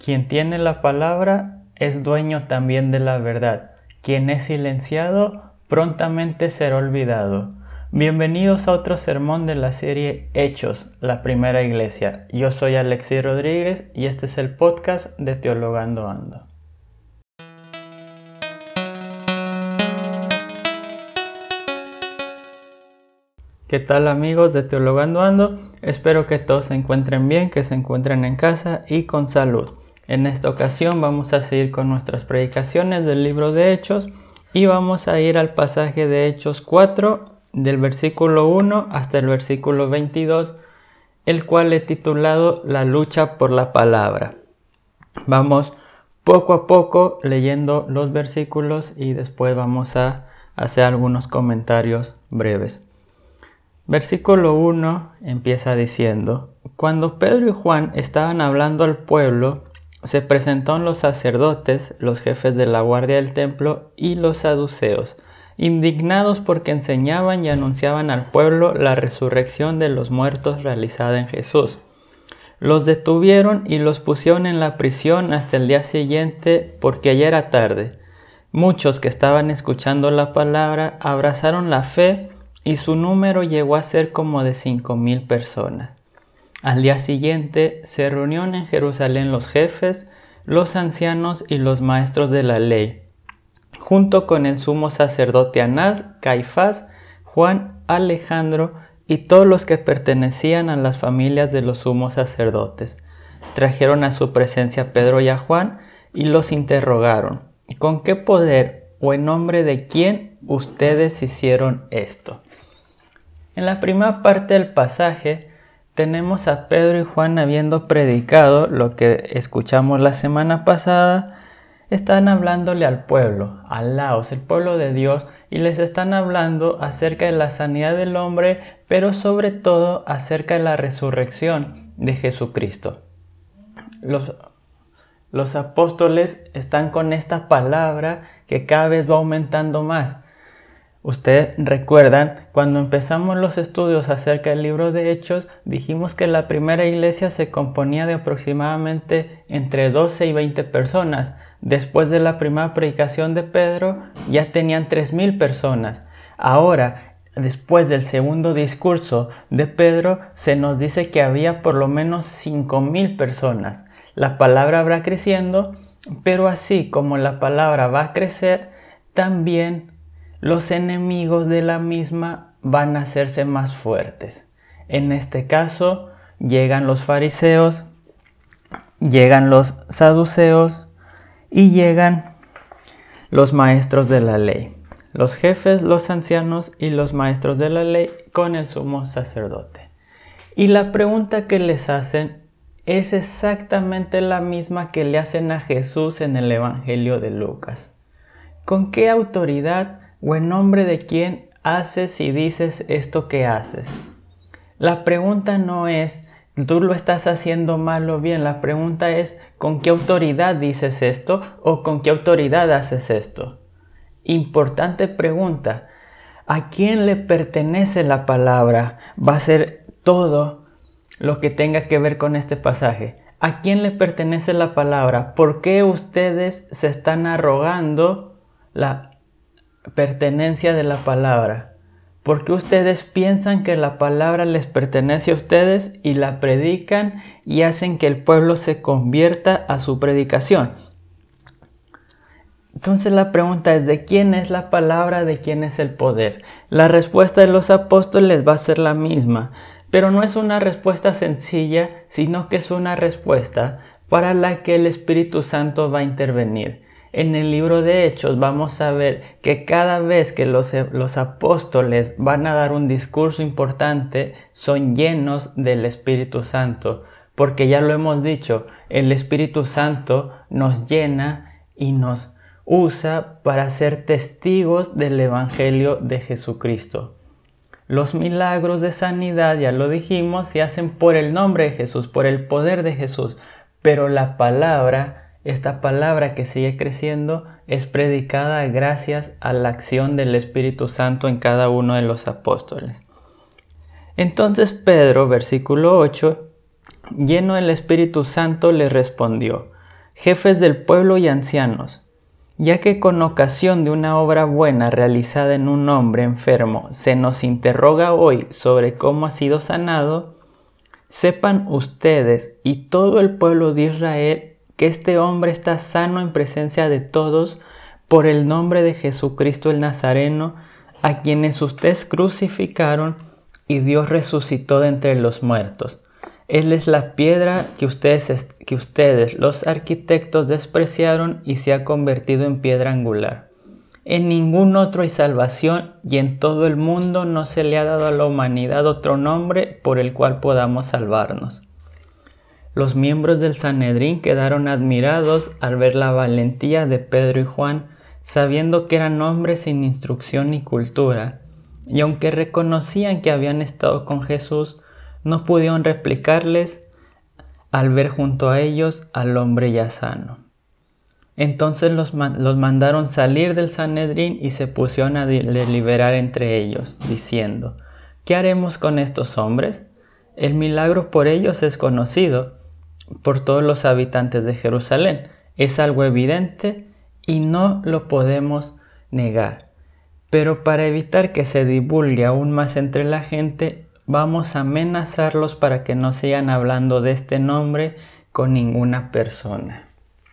Quien tiene la palabra es dueño también de la verdad. Quien es silenciado prontamente será olvidado. Bienvenidos a otro sermón de la serie Hechos, la primera iglesia. Yo soy Alexis Rodríguez y este es el podcast de Teologando Ando. ¿Qué tal amigos de Teologando Ando? Espero que todos se encuentren bien, que se encuentren en casa y con salud. En esta ocasión vamos a seguir con nuestras predicaciones del libro de Hechos y vamos a ir al pasaje de Hechos 4 del versículo 1 hasta el versículo 22, el cual he titulado La lucha por la palabra. Vamos poco a poco leyendo los versículos y después vamos a hacer algunos comentarios breves. Versículo 1 empieza diciendo: Cuando Pedro y Juan estaban hablando al pueblo, se presentaron los sacerdotes, los jefes de la guardia del templo y los saduceos, indignados porque enseñaban y anunciaban al pueblo la resurrección de los muertos realizada en Jesús. Los detuvieron y los pusieron en la prisión hasta el día siguiente porque ya era tarde. Muchos que estaban escuchando la palabra abrazaron la fe y su número llegó a ser como de 5,000 personas. Al día siguiente se reunieron en Jerusalén los jefes, los ancianos y los maestros de la ley, junto con el sumo sacerdote Anás, Caifás, Juan, Alejandro y todos los que pertenecían a las familias de los sumos sacerdotes. Trajeron a su presencia a Pedro y a Juan y los interrogaron: ¿con qué poder o en nombre de quién ustedes hicieron esto? En la primera parte del pasaje tenemos a Pedro y Juan habiendo predicado lo que escuchamos la semana pasada. Están hablándole al pueblo, a Laos, el pueblo de Dios, y les están hablando acerca de la sanidad del hombre, pero sobre todo acerca de la resurrección de Jesucristo. Los apóstoles están con esta palabra que cada vez va aumentando más. Ustedes recuerdan, cuando empezamos los estudios acerca del libro de Hechos, dijimos que la primera iglesia se componía de aproximadamente entre 12 y 20 personas. Después de la primera predicación de Pedro, ya tenían 3,000 personas. Ahora, después del segundo discurso de Pedro, se nos dice que había por lo menos 5,000 personas. La palabra va creciendo, pero así como la palabra va a crecer, también los enemigos de la misma van a hacerse más fuertes. En este caso, llegan los fariseos, llegan los saduceos y llegan los maestros de la ley. Los jefes, los ancianos y los maestros de la ley con el sumo sacerdote. Y la pregunta que les hacen es exactamente la misma que le hacen a Jesús en el Evangelio de Lucas. ¿Con qué autoridad o en nombre de quién haces y dices esto que haces? La pregunta no es tú lo estás haciendo mal o bien. La pregunta es ¿con qué autoridad dices esto o con qué autoridad haces esto? Importante pregunta. ¿A quién le pertenece la palabra? Va a ser todo lo que tenga que ver con este pasaje. ¿A quién le pertenece la palabra? ¿Por qué ustedes se están arrogando la pertenencia de la palabra? Porque ustedes piensan que la palabra les pertenece a ustedes y la predican y hacen que el pueblo se convierta a su predicación. Entonces la pregunta es: ¿de quién es la palabra? ¿De quién es el poder? La respuesta de los apóstoles va a ser la misma, pero no es una respuesta sencilla, sino que es una respuesta para la que el Espíritu Santo va a intervenir. En el libro de Hechos vamos a ver que cada vez que los apóstoles van a dar un discurso importante, son llenos del Espíritu Santo. Porque ya lo hemos dicho, el Espíritu Santo nos llena y nos usa para ser testigos del Evangelio de Jesucristo. Los milagros de sanidad, ya lo dijimos, se hacen por el nombre de Jesús, por el poder de Jesús. Pero la palabra, esta palabra que sigue creciendo, es predicada gracias a la acción del Espíritu Santo en cada uno de los apóstoles. Entonces Pedro, versículo 8, lleno del Espíritu Santo, le respondió: jefes del pueblo y ancianos, ya que con ocasión de una obra buena realizada en un hombre enfermo se nos interroga hoy sobre cómo ha sido sanado, sepan ustedes y todo el pueblo de Israel que este hombre está sano en presencia de todos por el nombre de Jesucristo el Nazareno, a quienes ustedes crucificaron y Dios resucitó de entre los muertos. Él es la piedra que ustedes, los arquitectos, despreciaron y se ha convertido en piedra angular. En ningún otro hay salvación y en todo el mundo no se le ha dado a la humanidad otro nombre por el cual podamos salvarnos. Los miembros del Sanedrín quedaron admirados al ver la valentía de Pedro y Juan, sabiendo que eran hombres sin instrucción ni cultura, y aunque reconocían que habían estado con Jesús, no pudieron replicarles al ver junto a ellos al hombre ya sano. Entonces los mandaron salir del Sanedrín y se pusieron a deliberar entre ellos, diciendo: ¿qué haremos con estos hombres? El milagro por ellos es conocido por todos los habitantes de Jerusalén. Es algo evidente y no lo podemos negar. Pero para evitar que se divulgue aún más entre la gente, vamos a amenazarlos para que no sigan hablando de este nombre con ninguna persona.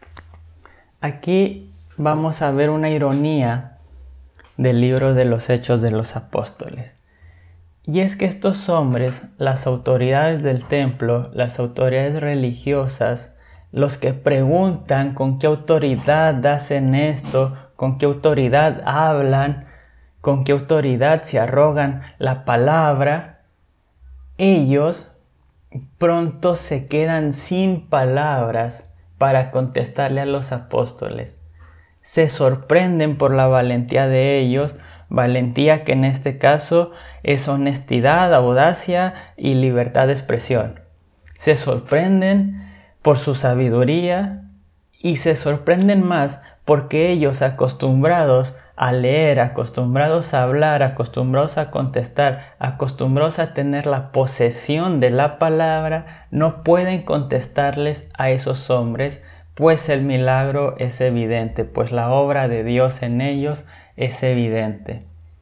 Aquí vamos a ver una ironía del libro de los Hechos de los Apóstoles. Y es que estos hombres, las autoridades del templo, las autoridades religiosas, los que preguntan con qué autoridad hacen esto, con qué autoridad hablan, con qué autoridad se arrogan la palabra, ellos pronto se quedan sin palabras para contestarle a los apóstoles. Se sorprenden por la valentía de ellos, valentía que en este caso es honestidad, audacia y libertad de expresión. Se sorprenden por su sabiduría y se sorprenden más porque ellos, acostumbrados a leer, acostumbrados a hablar, acostumbrados a contestar, acostumbrados a tener la posesión de la palabra, no pueden contestarles a esos hombres, pues el milagro es evidente, pues la obra de Dios en ellos es evidente.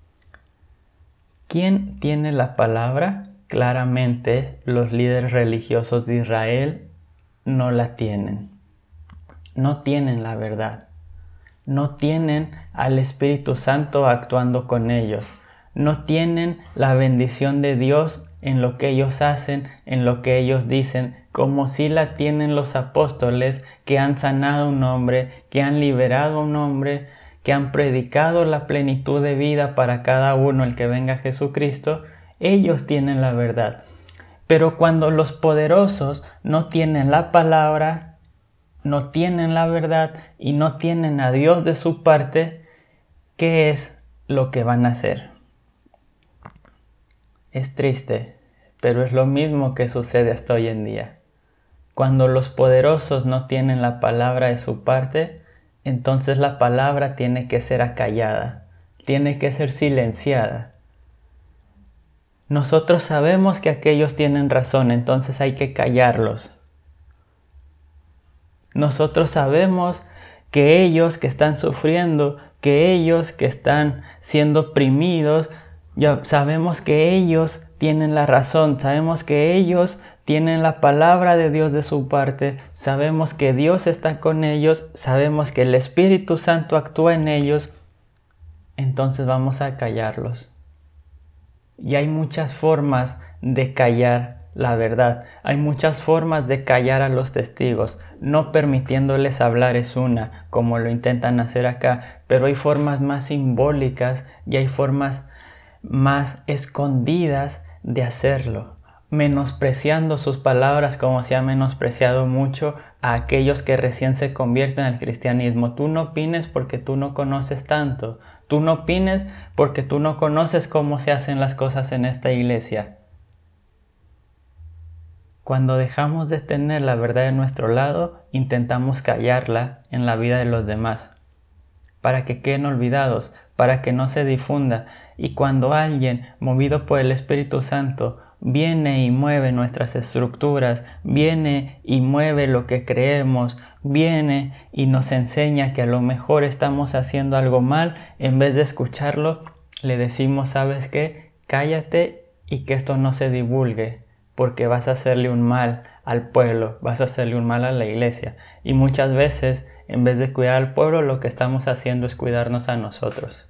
¿Quién tiene la palabra? Claramente los líderes religiosos de Israel no la tienen. No tienen la verdad. No tienen al Espíritu Santo actuando con ellos. No tienen la bendición de Dios en lo que ellos hacen, en lo que ellos dicen, como si la tienen los apóstoles que han sanado a un hombre, que han liberado a un hombre, que han predicado la plenitud de vida para cada uno el que venga a Jesucristo. Ellos tienen la verdad. Pero cuando los poderosos no tienen la palabra, no tienen la verdad y no tienen a Dios de su parte, ¿qué es lo que van a hacer? Es triste, pero es lo mismo que sucede hasta hoy en día. Cuando los poderosos no tienen la palabra de su parte, entonces la palabra tiene que ser acallada, tiene que ser silenciada. Nosotros sabemos que aquellos tienen razón, entonces hay que callarlos. Nosotros sabemos que ellos que están sufriendo, que ellos que están siendo oprimidos, ya sabemos que ellos tienen la razón, sabemos que ellos tienen la palabra de Dios de su parte, sabemos que Dios está con ellos, sabemos que el Espíritu Santo actúa en ellos, entonces vamos a callarlos. Y hay muchas formas de callar la verdad, hay muchas formas de callar a los testigos. No permitiéndoles hablar es una, como lo intentan hacer acá, pero hay formas más simbólicas y hay formas más escondidas de hacerlo, menospreciando sus palabras como se ha menospreciado mucho a aquellos que recién se convierten al cristianismo. Tú no opines porque tú no conoces tanto, tú no opines porque tú no conoces cómo se hacen las cosas en esta iglesia. Cuando dejamos de tener la verdad de nuestro lado, intentamos callarla en la vida de los demás, para que queden olvidados, para que no se difunda. Y cuando alguien, movido por el Espíritu Santo, viene y mueve nuestras estructuras, viene y mueve lo que creemos, viene y nos enseña que a lo mejor estamos haciendo algo mal. En vez de escucharlo, le decimos, ¿sabes qué? Cállate y que esto no se divulgue, porque vas a hacerle un mal al pueblo, vas a hacerle un mal a la iglesia. Y muchas veces, en vez de cuidar al pueblo, lo que estamos haciendo es cuidarnos a nosotros.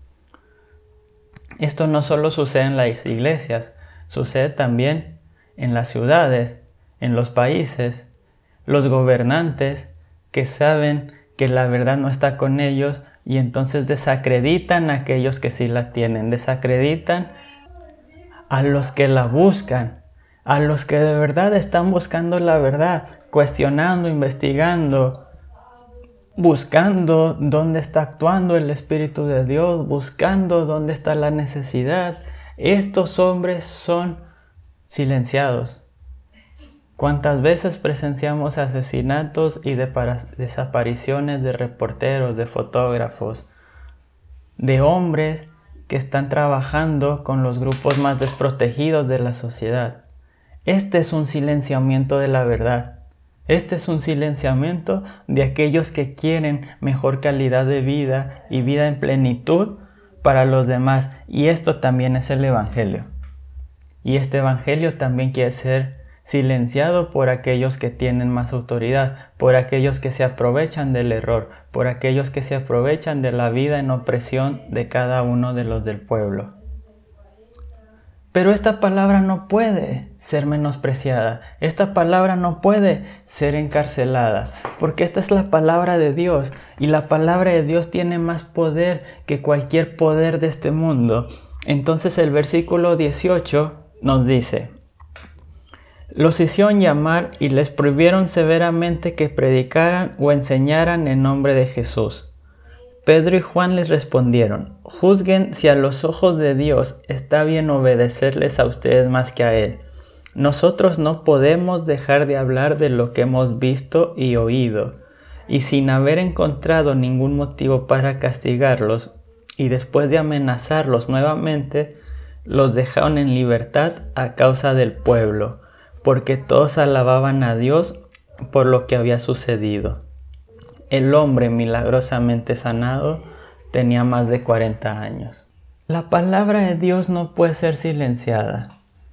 Esto no solo sucede en las iglesias, sucede también en las ciudades, en los países. Los gobernantes que saben que la verdad no está con ellos y entonces desacreditan a aquellos que sí la tienen, desacreditan a los que la buscan, a los que de verdad están buscando la verdad, cuestionando, investigando, buscando dónde está actuando el Espíritu de Dios, buscando dónde está la necesidad. Estos hombres son silenciados. ¿Cuántas veces presenciamos asesinatos y desapariciones de reporteros, de fotógrafos, de hombres que están trabajando con los grupos más desprotegidos de la sociedad? Este es un silenciamiento de la verdad. Este es un silenciamiento de aquellos que quieren mejor calidad de vida y vida en plenitud para los demás. Y esto también es el Evangelio. Y este Evangelio también quiere ser silenciado por aquellos que tienen más autoridad, por aquellos que se aprovechan del error, por aquellos que se aprovechan de la vida en opresión de cada uno de los del pueblo. Pero esta palabra no puede ser menospreciada, esta palabra no puede ser encarcelada, porque esta es la palabra de Dios, y la palabra de Dios tiene más poder que cualquier poder de este mundo. Entonces el versículo 18 nos dice: los hicieron llamar y les prohibieron severamente que predicaran o enseñaran en nombre de Jesús. Pedro y Juan les respondieron: juzguen si a los ojos de Dios está bien obedecerles a ustedes más que a Él. Nosotros no podemos dejar de hablar de lo que hemos visto y oído. Y sin haber encontrado ningún motivo para castigarlos, y después de amenazarlos nuevamente, los dejaron en libertad a causa del pueblo, porque todos alababan a Dios por lo que había sucedido. El hombre milagrosamente sanado tenía más de 40 años. La palabra de Dios no puede ser silenciada.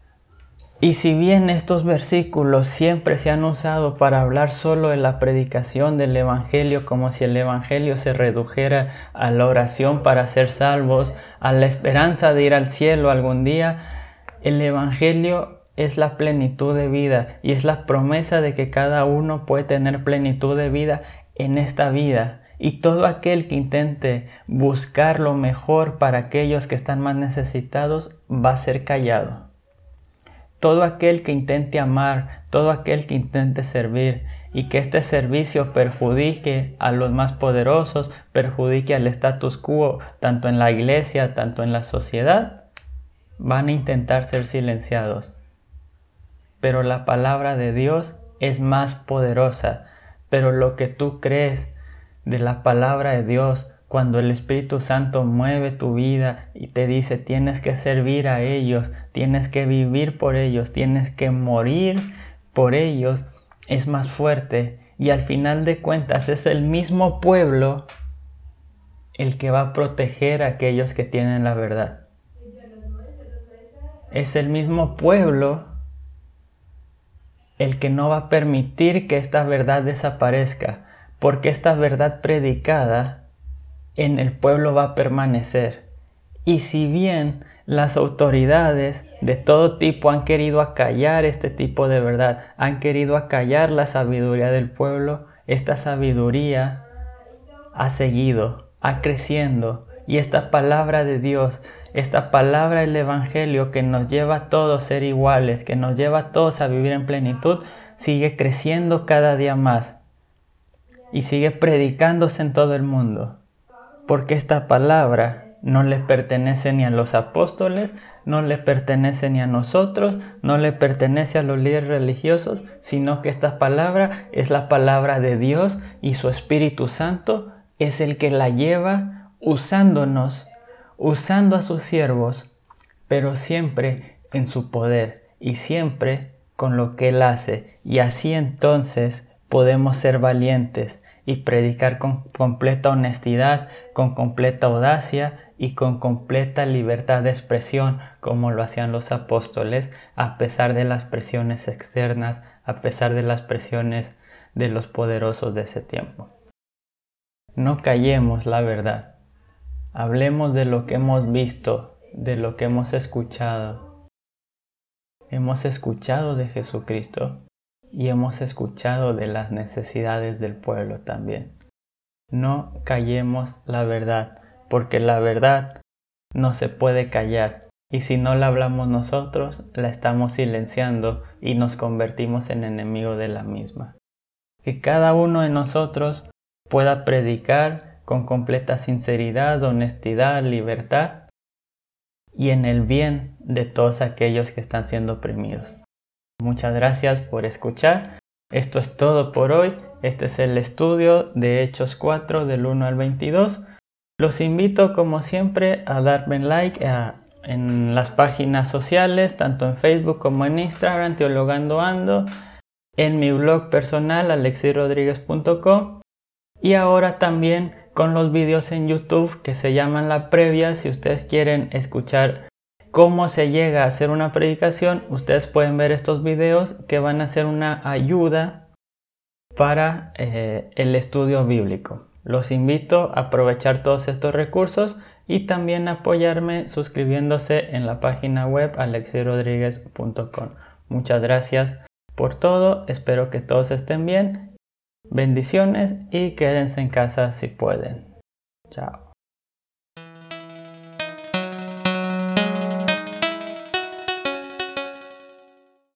Y si bien estos versículos siempre se han usado para hablar solo de la predicación del Evangelio, como si el Evangelio se redujera a la oración para ser salvos, a la esperanza de ir al cielo algún día, el Evangelio es la plenitud de vida y es la promesa de que cada uno puede tener plenitud de vida en esta vida, y todo aquel que intente buscar lo mejor para aquellos que están más necesitados va a ser callado. Todo aquel que intente amar, todo aquel que intente servir y que este servicio perjudique a los más poderosos, perjudique al status quo, tanto en la iglesia, tanto en la sociedad, van a intentar ser silenciados. Pero la palabra de Dios es más poderosa. Pero lo que tú crees de la palabra de Dios, cuando el Espíritu Santo mueve tu vida y te dice tienes que servir a ellos, tienes que vivir por ellos, tienes que morir por ellos, es más fuerte. Y al final de cuentas es el mismo pueblo el que va a proteger a aquellos que tienen la verdad. Es el mismo pueblo el que no va a permitir que esta verdad desaparezca, porque esta verdad predicada en el pueblo va a permanecer. Y si bien las autoridades de todo tipo han querido acallar este tipo de verdad, han querido acallar la sabiduría del pueblo, esta sabiduría ha seguido, ha creciendo, y esta palabra de Dios, esta palabra del Evangelio que nos lleva a todos a ser iguales, que nos lleva a todos a vivir en plenitud, sigue creciendo cada día más y sigue predicándose en todo el mundo. Porque esta palabra no le pertenece ni a los apóstoles, no le pertenece ni a nosotros, no le pertenece a los líderes religiosos, sino que esta palabra es la palabra de Dios y su Espíritu Santo es el que la lleva usándonos, usando a sus siervos, pero siempre en su poder y siempre con lo que Él hace, y así entonces podemos ser valientes y predicar con completa honestidad, con completa audacia y con completa libertad de expresión, como lo hacían los apóstoles, a pesar de las presiones externas, a pesar de las presiones de los poderosos de ese tiempo. No callemos la verdad. Hablemos de lo que hemos visto, de lo que hemos escuchado. Hemos escuchado de Jesucristo y hemos escuchado de las necesidades del pueblo también. No callemos la verdad, porque la verdad no se puede callar. Y si no la hablamos nosotros, la estamos silenciando y nos convertimos en enemigos de la misma. Que cada uno de nosotros pueda predicar con completa sinceridad, honestidad, libertad y en el bien de todos aquellos que están siendo oprimidos. Muchas gracias por escuchar. Esto es todo por hoy. Este es el estudio de Hechos 4 del 1 al 22. Los invito como siempre a darme like en las páginas sociales, tanto en Facebook como en Instagram, Teologando Ando, en mi blog personal alexirodriguez.com y ahora también con los videos en YouTube que se llaman La Previa. Si ustedes quieren escuchar cómo se llega a hacer una predicación, ustedes pueden ver estos videos que van a ser una ayuda para el estudio bíblico. Los invito a aprovechar todos estos recursos y también apoyarme suscribiéndose en la página web alexirodriguez.com. Muchas gracias por todo, espero que todos estén bien. Bendiciones y quédense en casa si pueden. Chao.